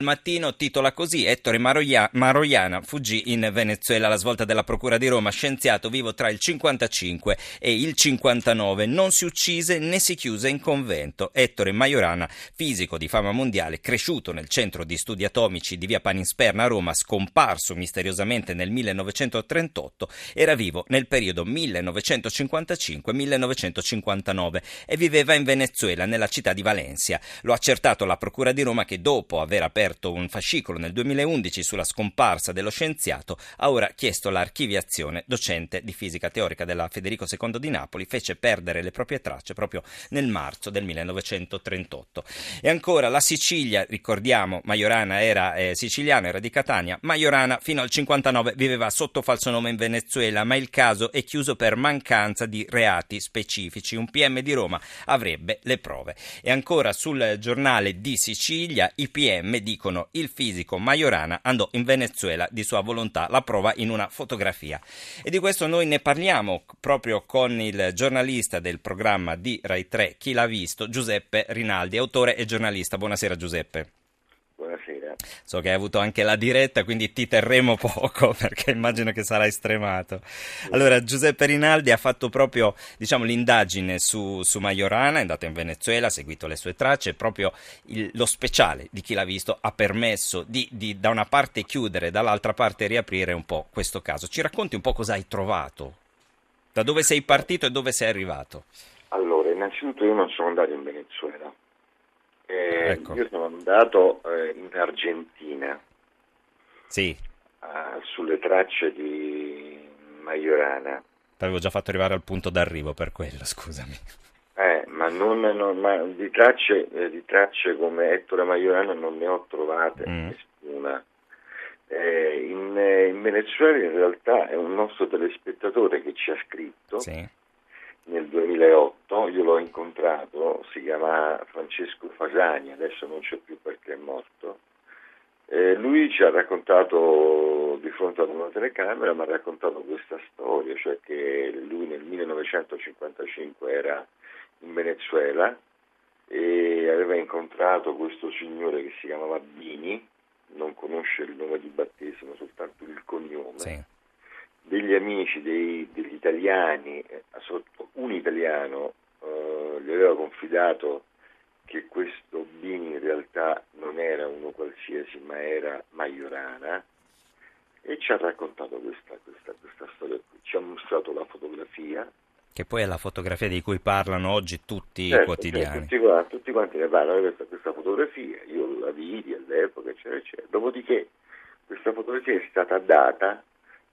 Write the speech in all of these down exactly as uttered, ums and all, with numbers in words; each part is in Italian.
Il Mattino titola così: Ettore Maroia- Maroiana fuggì in Venezuela alla svolta della Procura di Roma, scienziato vivo tra il cinquantacinque e il cinquantanove, non si uccise né si chiuse in convento. Ettore Majorana, fisico di fama mondiale, cresciuto nel centro di studi atomici di via Panisperna a Roma, scomparso misteriosamente nel millenovecentotrentotto, era vivo nel periodo millenovecentocinquantacinque millenovecentocinquantanove e viveva in Venezuela, nella città di Valencia. Lo ha accertato la Procura di Roma, che dopo aver aperto un fascicolo nel duemilaundici sulla scomparsa dello scienziato ha ora chiesto l'archiviazione. Docente di fisica teorica della Federico secondo di Napoli, fece perdere le proprie tracce proprio nel marzo del millenovecentotrentotto. E ancora la Sicilia, ricordiamo, Majorana era eh, siciliano, era di Catania. Majorana fino al cinquantanove viveva sotto falso nome in Venezuela, ma il caso è chiuso per mancanza di reati specifici. Un P M di Roma avrebbe le prove. E ancora sul giornale di Sicilia i P M dicono: il fisico Majorana andò in Venezuela di sua volontà, la prova in una fotografia. E di questo noi ne parliamo proprio con il giornalista del programma di Rai tre Chi l'ha visto, Giuseppe Rinaldi, autore e giornalista. Buonasera Giuseppe. Buonasera. So che hai avuto anche la diretta, quindi ti terremo poco perché immagino che sarai stremato. Allora, Giuseppe Rinaldi ha fatto proprio, diciamo, l'indagine su, su Majorana, è andato in Venezuela, ha seguito le sue tracce, proprio il- lo speciale di Chi l'ha visto ha permesso di, di da una parte chiudere, dall'altra parte riaprire un po' questo caso. Ci racconti un po' cosa hai trovato? Da dove sei Beh, partito e dove sei arrivato? allora, innanzitutto io non sono andato in Venezuela. Ah, Eh, ecco, io sono andato eh, in Argentina sì, eh, sulle tracce di Majorana. t'avevo già fatto arrivare al punto d'arrivo per quello, scusami. Eh, ma non, non- ma di tracce, eh, di tracce come Ettore Majorana non ne ho trovate Mm, nessuna. Eh, in, eh, in Venezuela in realtà è un nostro telespettatore che ci ha scritto sì, nel duemilaotto. Io l'ho incontrato, si chiama Francesco Fasani, adesso non c'è più perché è morto. Eh, lui ci ha raccontato di fronte ad una telecamera, mi ha raccontato questa storia, cioè che lui nel millenovecentocinquantacinque era in Venezuela e aveva incontrato questo signore che si chiamava Bini, non conosce il nome di battesimo, soltanto il cognome, sì. degli amici dei- degli italiani, eh, sotto un italiano eh, gli aveva confidato che questo Bini in realtà non era uno qualsiasi, ma era Majorana, e ci ha raccontato questa, questa, questa storia qui. Ci ha mostrato la fotografia. Che poi è la fotografia di cui parlano oggi tutti i Certo, cioè, quotidiani. tutti, quanti, tutti quanti ne parlano di questa, questa fotografia, io la vidi all'epoca, eccetera, eccetera. Dopodiché questa fotografia è stata data,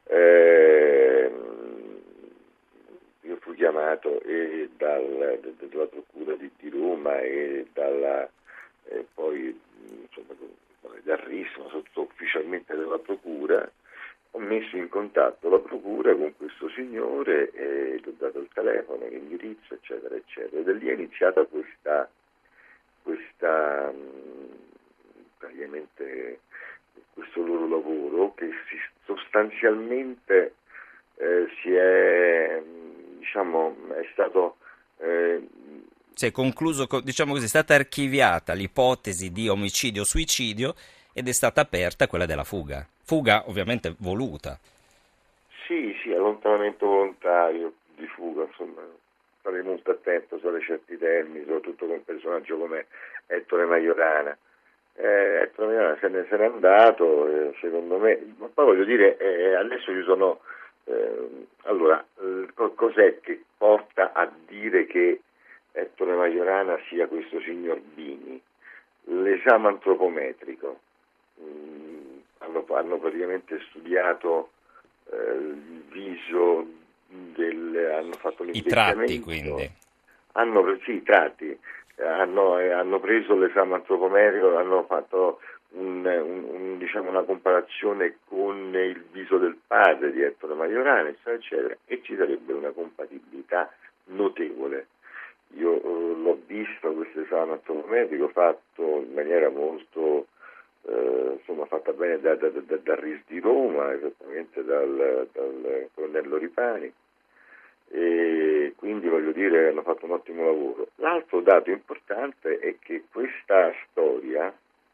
ehm, io fui chiamato e dal, d- dalla Procura di, di Roma e dalla, e poi insomma, dal R I S, ma sotto ufficialmente dalla Procura. Ho messo in contatto la procura con questo signore e gli ho dato il telefono, l'indirizzo, eccetera, eccetera. E da lì è iniziata questa, questa mh, praticamente questo loro lavoro che si, sostanzialmente eh, si è, mh, diciamo, è stato eh, Si è concluso, co- diciamo così, è stata archiviata l'ipotesi di omicidio-suicidio ed è stata aperta quella della fuga. Fuga ovviamente voluta. sì, sì, allontanamento volontario di fuga, insomma, starei molto attento su certi termini, soprattutto con un personaggio come Ettore Majorana. Eh, Ettore Majorana se ne, se n'è andato, eh, secondo me, ma poi voglio dire, eh, adesso ci sono, eh, allora, eh, co- cos'è che porta a dire che Ettore Majorana sia questo signor Bini? L'esame antropometrico. Mm, hanno, hanno praticamente studiato eh, il viso del, hanno fatto I tratti, l'invecchiamento, quindi. hanno pre- sì, i tratti, eh, hanno, eh, hanno preso l'esame antropometrico, hanno fatto un, un- un, diciamo, una comparazione con il viso del padre di Ettore Majorana, eccetera, eccetera, e ci sarebbe una compatibilità notevole. Io eh, l'ho visto questo esame antropometrico fatto in maniera molto eh, insomma fatta bene da, da, da, dal R I S di Roma, esattamente dal, dal colonnello Ripani, e quindi voglio dire hanno fatto un ottimo lavoro. L'altro dato importante è che questa storia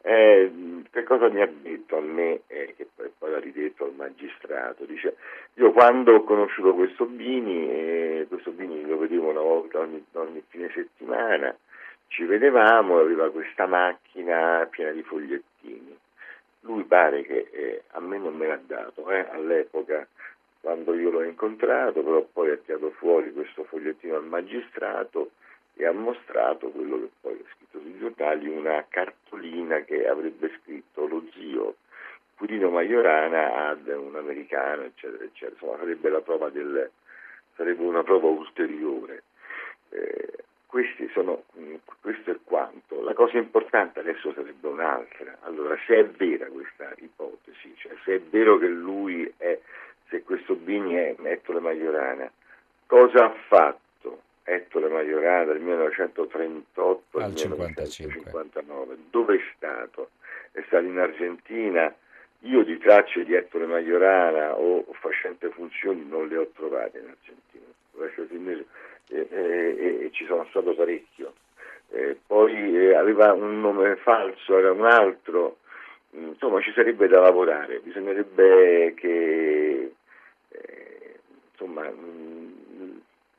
Eh, che cosa mi ha detto a me, eh, che poi, poi l'ha ridetto al magistrato? Dice: io quando ho conosciuto questo Bini, eh, questo Bini lo vedevo una volta ogni, ogni fine settimana, ci vedevamo, aveva questa macchina piena di fogliettini. Lui pare che eh, a me non me l'ha dato eh, all'epoca quando io l'ho incontrato, però poi ha tirato fuori questo fogliettino al magistrato e ha mostrato quello che poi è scritto sui giornali, una cartolina che avrebbe scritto lo zio Quirino Majorana ad un americano, eccetera, eccetera. Insomma, sarebbe la prova del, sarebbe una prova ulteriore. Eh, questi sono, questo è quanto. La cosa importante adesso sarebbe un'altra. Allora, se è vera questa ipotesi, cioè se è vero che lui è, se questo Bini è Ettore Majorana, cosa ha fatto Ettore Majorana dal millenovecentotrentotto al millenovecentocinquantanove? Dove è stato? È stato in Argentina? Io di tracce di Ettore Majorana o facente funzioni non le ho trovate in Argentina, e, e, e ci sono stato parecchio. Eh, poi eh, aveva un nome falso, era un altro, insomma ci sarebbe da lavorare, bisognerebbe che eh, insomma mh,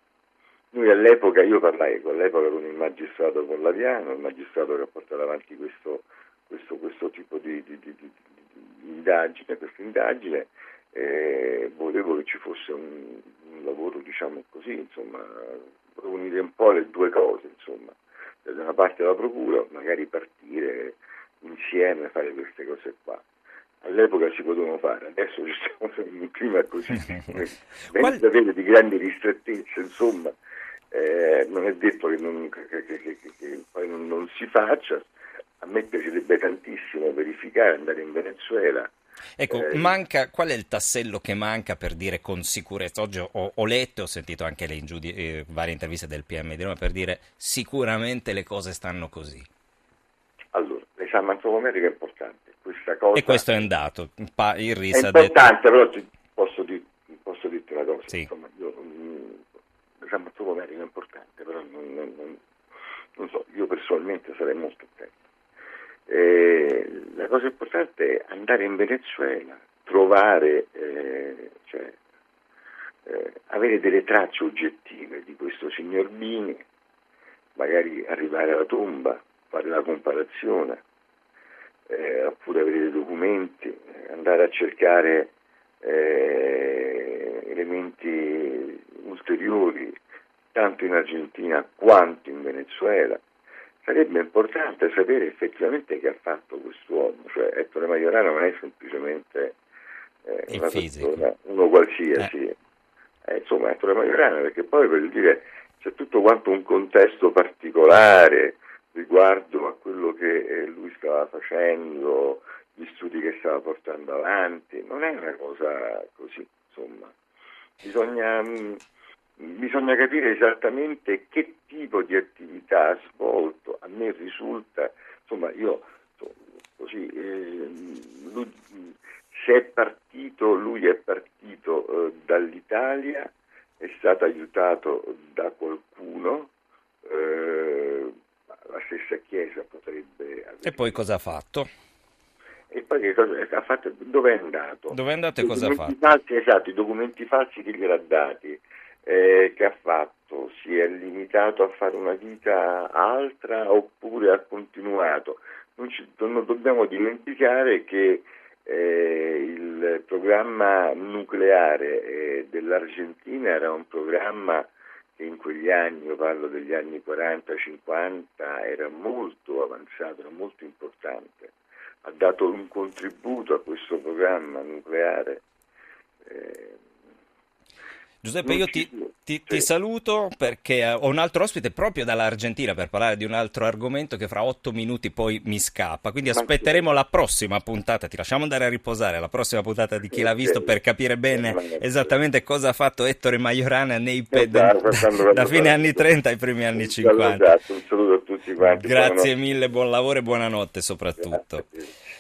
noi all'epoca, io parlai all'epoca con il magistrato Collaviano, il magistrato che ha portato avanti questo, questo, questo tipo di, di, di, di, di indagine, questa indagine, eh, volevo che ci fosse un, un lavoro, diciamo così, insomma, unire un po' le due cose, insomma, da una parte la procura, magari partire insieme a fare queste cose qua. All'epoca si potevano fare, adesso ci siamo in un clima così, Qual... avere di grandi ristrettezze, insomma, eh, non è detto che, non, che, che, che, che poi non, non si faccia. A me piacerebbe tantissimo verificare, andare in Venezuela. Ecco, eh, manca, qual è il tassello che manca per dire con sicurezza? Oggi ho, ho letto, ho sentito anche le ingiudi- eh, varie interviste del P M di Roma per dire sicuramente le cose stanno così. Allora, l'esame antropometrico è importante. Questa cosa e questo è un dato. Pa- il R I S è ha detto... importante, però ti posso, dir, posso dirti una cosa. Sì. Insomma, io, l'esame antropometrico è importante, però non, non, non, non so, io personalmente sarei molto attento. Eh, la cosa importante è andare in Venezuela, trovare, eh, cioè, eh, avere delle tracce oggettive di questo signor Bini, magari arrivare alla tomba, fare la comparazione, eh, oppure avere dei documenti, andare a cercare eh, elementi ulteriori, tanto in Argentina quanto in Venezuela. Sarebbe importante sapere effettivamente che ha fatto quest'uomo, cioè Ettore Majorana non è semplicemente eh, una persona, uno qualsiasi, eh. Eh, insomma Ettore Majorana, perché poi per dire c'è tutto quanto un contesto particolare riguardo a quello che eh, lui stava facendo, gli studi che stava portando avanti, non è una cosa così, insomma, bisogna... Mh, Bisogna capire esattamente che tipo di attività ha svolto. A me risulta, insomma, io così, eh, lui, se è partito, lui è partito eh, dall'Italia, è stato aiutato da qualcuno, eh, la stessa Chiesa potrebbe aver... E poi cosa ha fatto? E poi che cosa ha fatto? Dove è andato? Dove è andato e cosa ha fatto? Falsi, esatto, i documenti falsi che gliel'ha dati. Eh, che ha fatto? Si è limitato a fare una vita altra oppure ha continuato? Non, ci, non dobbiamo dimenticare che eh, il programma nucleare eh, dell'Argentina era un programma che in quegli anni, io parlo degli anni quaranta cinquanta, era molto avanzato, era molto importante. Ha dato un contributo a questo programma nucleare. Eh, Giuseppe, io ti, ti, ti saluto perché ho un altro ospite proprio dall'Argentina per parlare di un altro argomento che fra otto minuti poi mi scappa, quindi aspetteremo la prossima puntata, ti lasciamo andare a riposare, la prossima puntata di Chi l'ha visto per capire bene esattamente cosa ha fatto Ettore Majorana nei pe- da, da, da fine anni trenta ai primi anni cinquanta. Un saluto a tutti quanti. Grazie mille, buon lavoro e buonanotte soprattutto.